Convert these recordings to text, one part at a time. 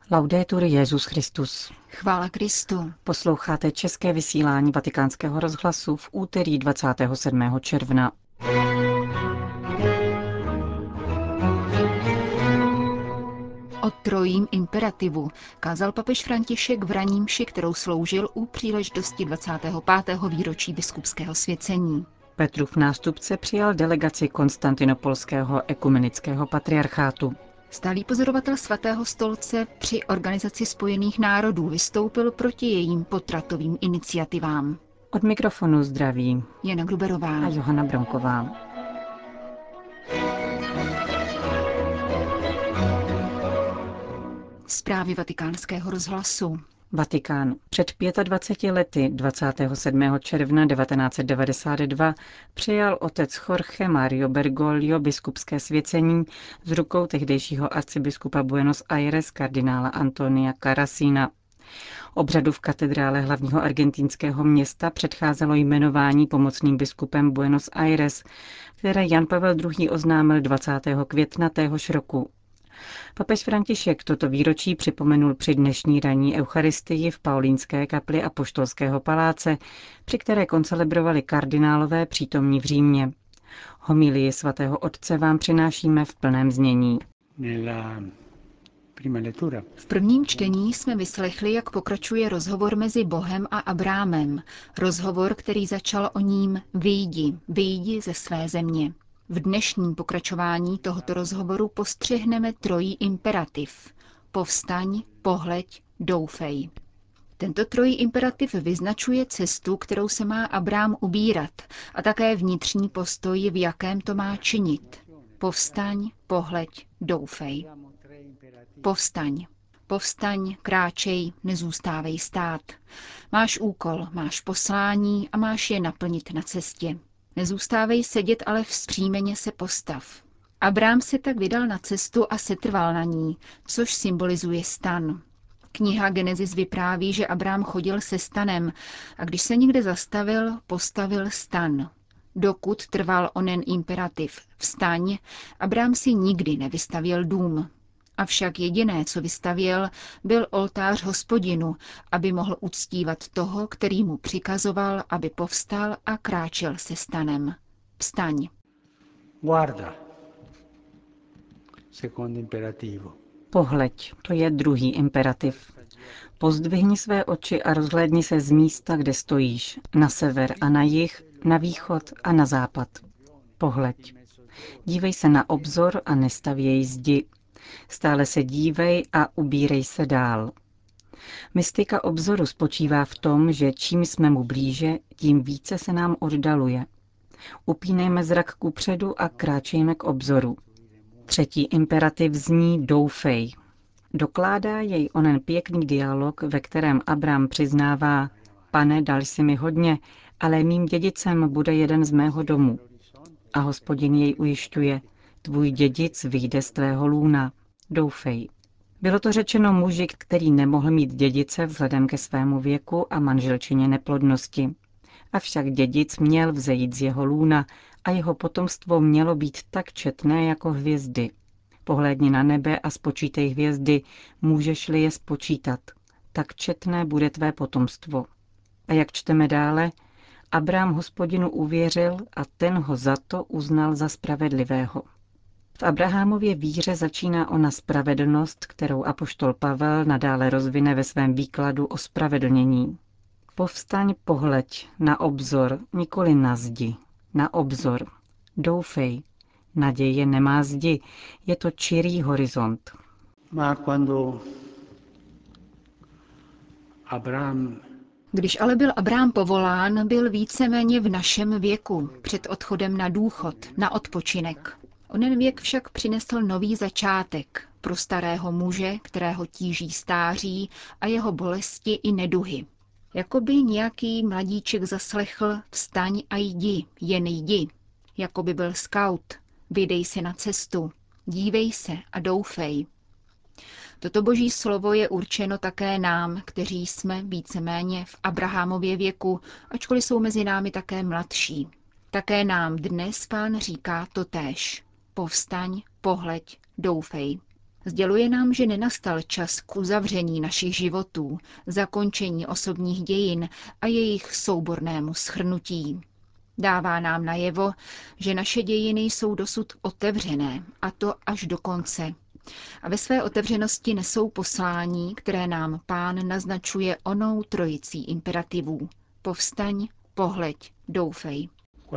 Laudetur Jesus Christus. Chvála Kristu. Posloucháte české vysílání Vatikánského rozhlasu v úterý 27. června. O trojím imperativu kázal papež František v ranní mši, kterou sloužil u příležitosti 25. výročí biskupského svěcení. Petrův nástupce přijal delegaci Konstantinopolského ekumenického patriarchátu. Stálý pozorovatel Svatého stolce při Organizaci spojených národů vystoupil proti jejím potratovým iniciativám. Od mikrofonu zdraví Jana Gruberová a Johana Bronková. Zprávy Vatikánského rozhlasu. Vatikán. Před 25 lety, 27. června 1992, přijal otec Jorge Mario Bergoglio biskupské svěcení z rukou tehdejšího arcibiskupa Buenos Aires kardinála Antonia Carrasina. Obřadu v katedrále hlavního argentinského města předcházelo jmenování pomocným biskupem Buenos Aires, které Jan Pavel II. Oznámil 20. května téhož roku. Papež František toto výročí připomenul při dnešní ranní eucharistii v Paulínské kapli Apoštolského paláce, při které koncelebrovali kardinálové přítomní v Římě. Homilii svatého otce vám přinášíme v plném znění. V prvním čtení jsme vyslechli, jak pokračuje rozhovor mezi Bohem a Abrámem. Rozhovor, který začal o ním vyjdi ze své země. V dnešním pokračování tohoto rozhovoru postřehneme trojí imperativ. Povstaň, pohleď, doufej. Tento trojí imperativ vyznačuje cestu, kterou se má Abrám ubírat, a také vnitřní postoj, v jakém to má činit. Povstaň, pohleď, doufej. Povstaň. Povstaň, kráčej, nezůstávej stát. Máš úkol, máš poslání a máš je naplnit na cestě. Nezůstávej sedět, ale vzpřímeně se postav. Abrám se tak vydal na cestu a setrval na ní, což symbolizuje stan. Kniha Genesis vypráví, že Abrám chodil se stanem a když se někde zastavil, postavil stan. Dokud trval onen imperativ vstaň, Abrám si nikdy nevystavěl dům. Avšak jediné, co vystavěl, byl oltář Hospodinu, aby mohl uctívat toho, který mu přikazoval, aby povstal a kráčel se stanem. Vstaň. Guarda. Secondo imperativo. Pohleď, to je druhý imperativ. Pozdvihni své oči a rozhlédni se z místa, kde stojíš, na sever a na jih, na východ a na západ. Pohleď. Dívej se na obzor a nestavěj zdi. Stále se dívej a ubírej se dál. Mystika obzoru spočívá v tom, že čím jsme mu blíže, tím více se nám oddaluje. Upínejme zrak kupředu a kráčejme k obzoru. Třetí imperativ zní doufej. Dokládá jej onen pěkný dialog, ve kterém Abram přiznává: Pane, dal jsi mi hodně, ale mým dědicem bude jeden z mého domu. A Hospodin jej ujišťuje: tvůj dědic vyjde z tvého lůna. Doufej. Bylo to řečeno muži, který nemohl mít dědice vzhledem ke svému věku a manželčině neplodnosti. Avšak dědic měl vzejít z jeho lůna a jeho potomstvo mělo být tak četné jako hvězdy. Pohlédni na nebe a spočítej hvězdy, můžeš-li je spočítat. Tak četné bude tvé potomstvo. A jak čteme dále, Abrám Hospodinu uvěřil a ten ho za to uznal za spravedlivého. V Abrahamově víře začíná ona spravedlnost, kterou apoštol Pavel nadále rozvine ve svém výkladu o spravedlnění. Povstaň, pohleď na obzor, nikoli na zdi, na obzor. Doufej, naděje nemá zdi, je to čirý horizont. Když ale byl Abrám povolán, byl víceméně v našem věku, před odchodem na důchod, na odpočinek. Onen věk však přinesl nový začátek pro starého muže, kterého tíží stáří a jeho bolesti i neduhy. Jakoby nějaký mladíček zaslechl: vstaň a jdi, jen jdi. Jakoby byl skaut: vydej se na cestu, dívej se a doufej. Toto boží slovo je určeno také nám, kteří jsme víceméně v Abrahamově věku, ačkoliv jsou mezi námi také mladší. Také nám dnes Pán říká totéž. Povstaň, pohleď, doufej. Sděluje nám, že nenastal čas k uzavření našich životů, zakončení osobních dějin a jejich soubornému shrnutí. Dává nám najevo, že naše dějiny jsou dosud otevřené, a to až do konce. A ve své otevřenosti nesou poslání, které nám Pán naznačuje onou trojicí imperativů. Povstaň, pohleď, doufej.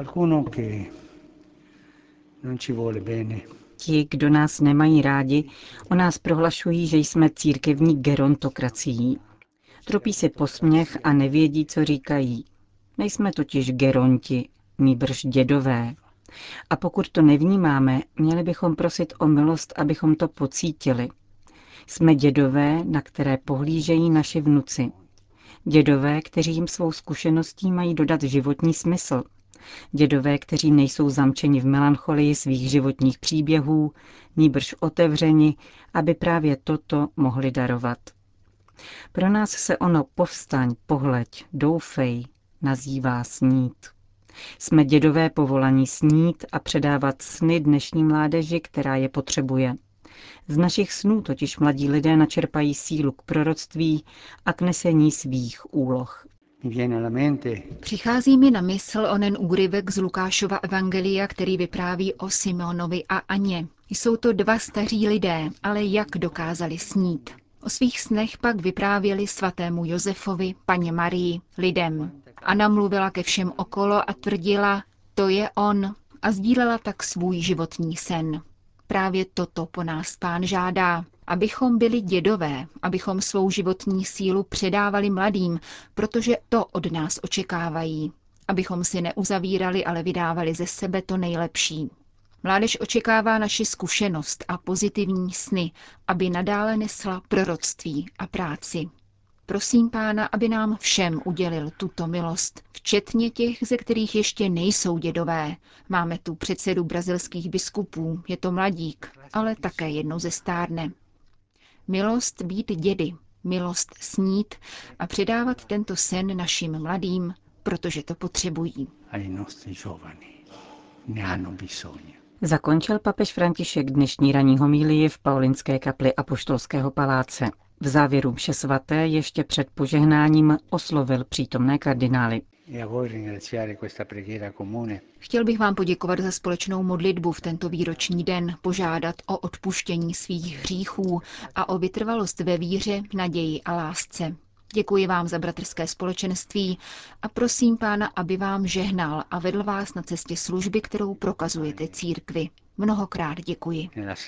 Ti, kdo nás nemají rádi, o nás prohlašují, že jsme církevní gerontokracií. Tropí si posměch a nevědí, co říkají. Nejsme totiž geronti, nýbrž dědové. A pokud to nevnímáme, měli bychom prosit o milost, abychom to pocítili. Jsme dědové, na které pohlížejí naši vnuci. Dědové, kteří jim svou zkušeností mají dodat životní smysl. Dědové, kteří nejsou zamčeni v melancholii svých životních příběhů, nýbrž otevřeni, aby právě toto mohli darovat. Pro nás se ono povstaň, pohleď, doufej nazývá snít. Jsme dědové povolaní snít a předávat sny dnešní mládeži, která je potřebuje. Z našich snů totiž mladí lidé načerpají sílu k proroctví a k nesení svých úloh. Přichází mi na mysl onen úryvek z Lukášova evangelia, který vypráví o Simeonovi a Aně. Jsou to dva staří lidé, ale jak dokázali snít. O svých snech pak vyprávěli svatému Josefovi, paně Marii, lidem. Anna mluvila ke všem okolo a tvrdila, to je on, a sdílela tak svůj životní sen. Právě toto po nás Pán žádá, abychom byli dědové, abychom svou životní sílu předávali mladým, protože to od nás očekávají. Abychom si neuzavírali, ale vydávali ze sebe to nejlepší. Mládež očekává naši zkušenost a pozitivní sny, aby nadále nesla proroctví a práci. Prosím Pána, aby nám všem udělil tuto milost, včetně těch, ze kterých ještě nejsou dědové. Máme tu předsedu brazilských biskupů, je to mladík, ale také jednou zestárne. Milost být dědy, milost snít a předávat tento sen našim mladým, protože to potřebují. Zakončil papež František dnešní ranní homílii v Paulinské kapli Apoštolského paláce. V závěru mše svaté ještě před požehnáním oslovil přítomné kardinály. Chtěl bych vám poděkovat za společnou modlitbu v tento výroční den, požádat o odpuštění svých hříchů a o vytrvalost ve víře, naději a lásce. Děkuji vám za bratrské společenství a prosím Pána, aby vám žehnal a vedl vás na cestě služby, kterou prokazujete církvi. Mnohokrát děkuji.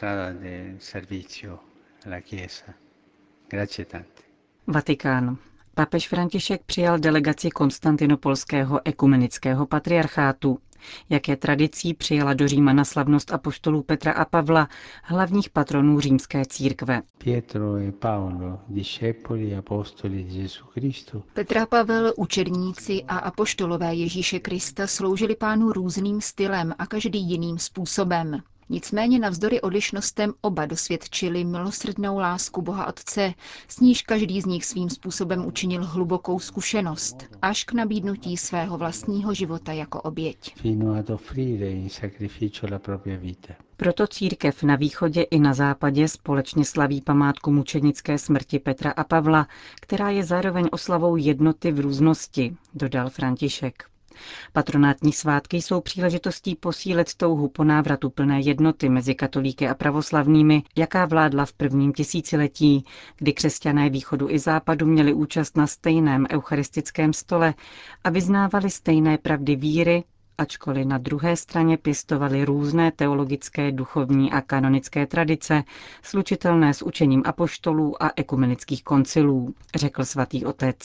Vatikán. Papež František přijal delegaci Konstantinopolského ekumenického patriarchátu. Jak je tradicí, přijala do Říma na slavnost apoštolů Petra a Pavla, hlavních patronů římské církve. Petr a Pavel, učedníci a apoštolové Ježíše Krista sloužili Pánu různým stylem a každý jiným způsobem. Nicméně navzdory odlišnostem oba dosvědčili milosrdnou lásku Boha Otce, s níž každý z nich svým způsobem učinil hlubokou zkušenost, až k nabídnutí svého vlastního života jako oběť. Proto církev na východě i na západě společně slaví památku mučenické smrti Petra a Pavla, která je zároveň oslavou jednoty v různosti, dodal František. Patronátní svátky jsou příležitostí posílit touhu po návratu plné jednoty mezi katolíky a pravoslavnými, jaká vládla v prvním tisíciletí, kdy křesťané východu i západu měli účast na stejném eucharistickém stole a vyznávali stejné pravdy víry, ačkoliv na druhé straně pěstovali různé teologické, duchovní a kanonické tradice, slučitelné s učením apoštolů a ekumenických koncilů, řekl svatý otec.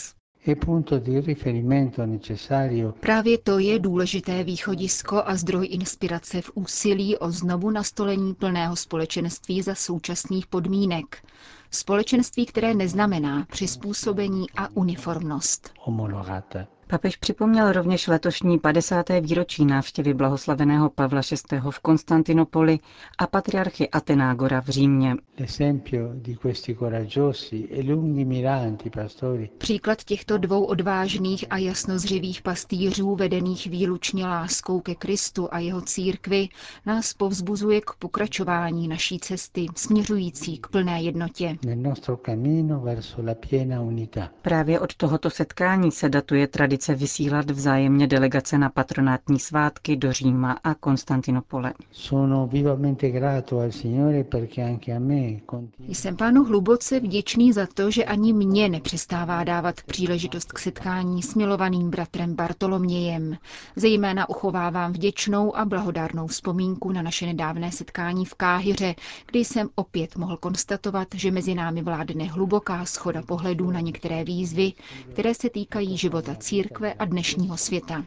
Právě to je důležité východisko a zdroj inspirace v úsilí o znovu nastolení plného společenství za současných podmínek. Společenství, které neznamená přizpůsobení a uniformnost. Papež připomněl rovněž letošní 50. výročí návštěvy blahoslaveného Pavla VI. V Konstantinopoli a patriarchy Atenágora v Římě. Příklad těchto dvou odvážných a jasnozřivých pastýřů, vedených výlučně láskou ke Kristu a jeho církvi, nás povzbuzuje k pokračování naší cesty, směřující k plné jednotě. Právě od tohoto setkání se datuje tradice vysílat vzájemně delegace na patronátní svátky do Říma a Konstantinopole. Jsem Pánu hluboce vděčný za to, že ani mě nepřestává dávat příležitost k setkání s milovaným bratrem Bartolomějem. Zejména uchovávám vděčnou a blahodárnou vzpomínku na naše nedávné setkání v Káhiře, kdy jsem opět mohl konstatovat, že mezi námi vládne hluboká shoda pohledů na některé výzvy, které se týkají života církve a dnešního světa.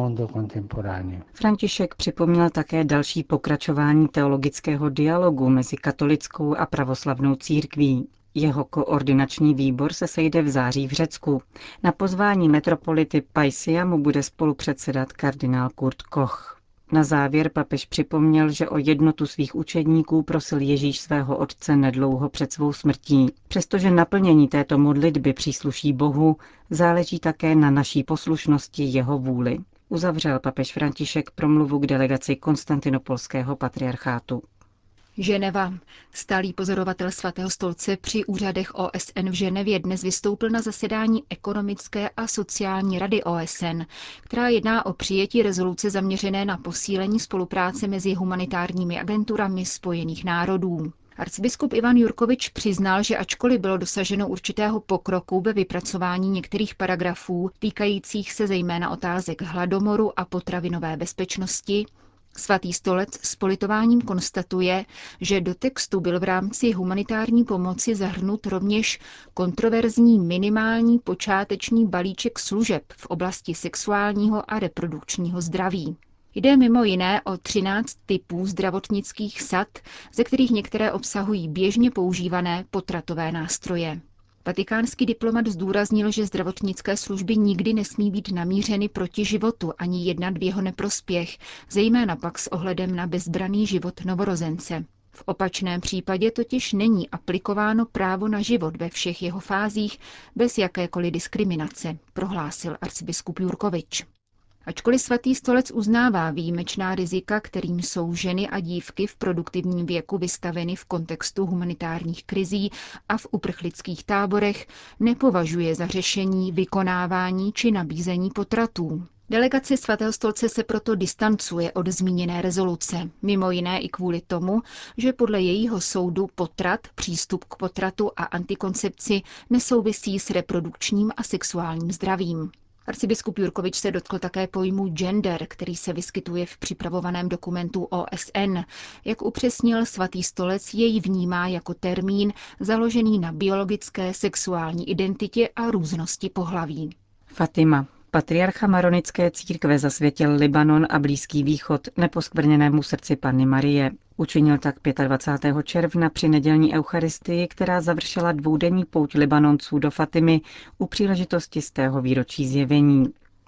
František připomněl také další pokračování teologického dialogu mezi katolickou a pravoslavnou církví. Jeho koordinační výbor se sejde v září v Řecku. Na pozvání metropolity Paisia mu bude spolupředsedat kardinál Kurt Koch. Na závěr papež připomněl, že o jednotu svých učedníků prosil Ježíš svého otce nedlouho před svou smrtí. Přestože naplnění této modlitby přísluší Bohu, záleží také na naší poslušnosti jeho vůli. Uzavřel papež František promluvu k delegaci Konstantinopolského patriarchátu. Ženeva. Stálý pozorovatel Svatého stolce při úřadech OSN v Ženevě dnes vystoupil na zasedání Ekonomické a sociální rady OSN, která jedná o přijetí rezoluce zaměřené na posílení spolupráce mezi humanitárními agenturami Spojených národů. Arcibiskup Ivan Jurkovič přiznal, že ačkoliv bylo dosaženo určitého pokroku ve vypracování některých paragrafů týkajících se zejména otázek hladomoru a potravinové bezpečnosti, Svatý stolec s politováním konstatuje, že do textu byl v rámci humanitární pomoci zahrnut rovněž kontroverzní minimální počáteční balíček služeb v oblasti sexuálního a reprodukčního zdraví. Jde mimo jiné o 13 typů zdravotnických sad, ze kterých některé obsahují běžně používané potratové nástroje. Vatikánský diplomat zdůraznil, že zdravotnické služby nikdy nesmí být namířeny proti životu ani jednat v jeho neprospěch, zejména pak s ohledem na bezbranný život novorozence. V opačném případě totiž není aplikováno právo na život ve všech jeho fázích bez jakékoliv diskriminace, prohlásil arcibiskup Jurkovič. Ačkoliv Svatý stolec uznává výjimečná rizika, kterým jsou ženy a dívky v produktivním věku vystaveny v kontextu humanitárních krizí a v uprchlických táborech, nepovažuje za řešení vykonávání či nabízení potratů. Delegace Svatého stolce se proto distancuje od zmíněné rezoluce, mimo jiné i kvůli tomu, že podle jejího soudu potrat, přístup k potratu a antikoncepci nesouvisí s reprodukčním a sexuálním zdravím. Arcibiskup Jurkovič se dotkl také pojmu gender, který se vyskytuje v připravovaném dokumentu OSN. Jak upřesnil, Svatý stolec jej vnímá jako termín založený na biologické sexuální identitě a různosti pohlaví. Fatima. Patriarcha maronické církve zasvětil Libanon a Blízký východ neposkvrněnému srdci Panny Marie. Učinil tak 25. června při nedělní eucharistii, která završila dvoudenní pouť Libanonců do Fatimy u příležitosti 100. výročí zjevení.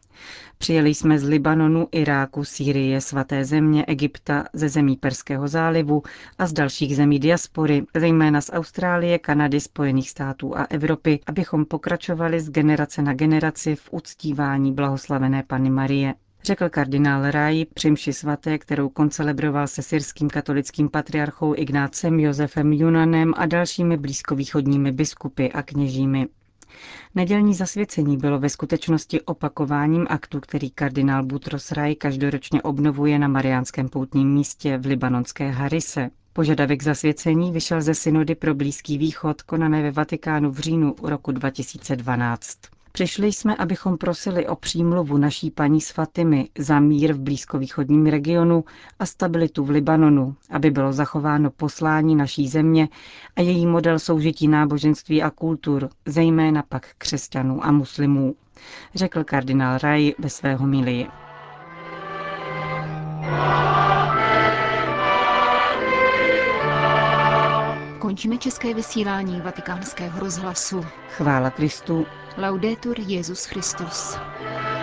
Přijeli jsme z Libanonu, Iráku, Sýrie, Svaté země, Egypta, ze zemí Perského zálivu a z dalších zemí diaspory, zejména z Austrálie, Kanady, Spojených států a Evropy, abychom pokračovali z generace na generaci v uctívání blahoslavené Panny Marie, řekl kardinál Rai při mši svaté, kterou koncelebroval se syrským katolickým patriarchou Ignácem Josefem Junanem a dalšími blízkovýchodními biskupy a kněžími. Nedělní zasvěcení bylo ve skutečnosti opakováním aktu, který kardinál Boutros Rai každoročně obnovuje na Mariánském poutním místě v libanonské Harise. Požadavek zasvěcení vyšel ze synody pro Blízký východ konané ve Vatikánu v říjnu roku 2012. Přišli jsme, abychom prosili o přímluvu naší paní z Fatimy za mír v blízkovýchodním regionu a stabilitu v Libanonu, aby bylo zachováno poslání naší země a její model soužití náboženství a kultur, zejména pak křesťanů a muslimů, řekl kardinál Rai ve své homilii. Končíme české vysílání Vatikánského rozhlasu. Chvála Kristu. Laudetur Jesus Christus.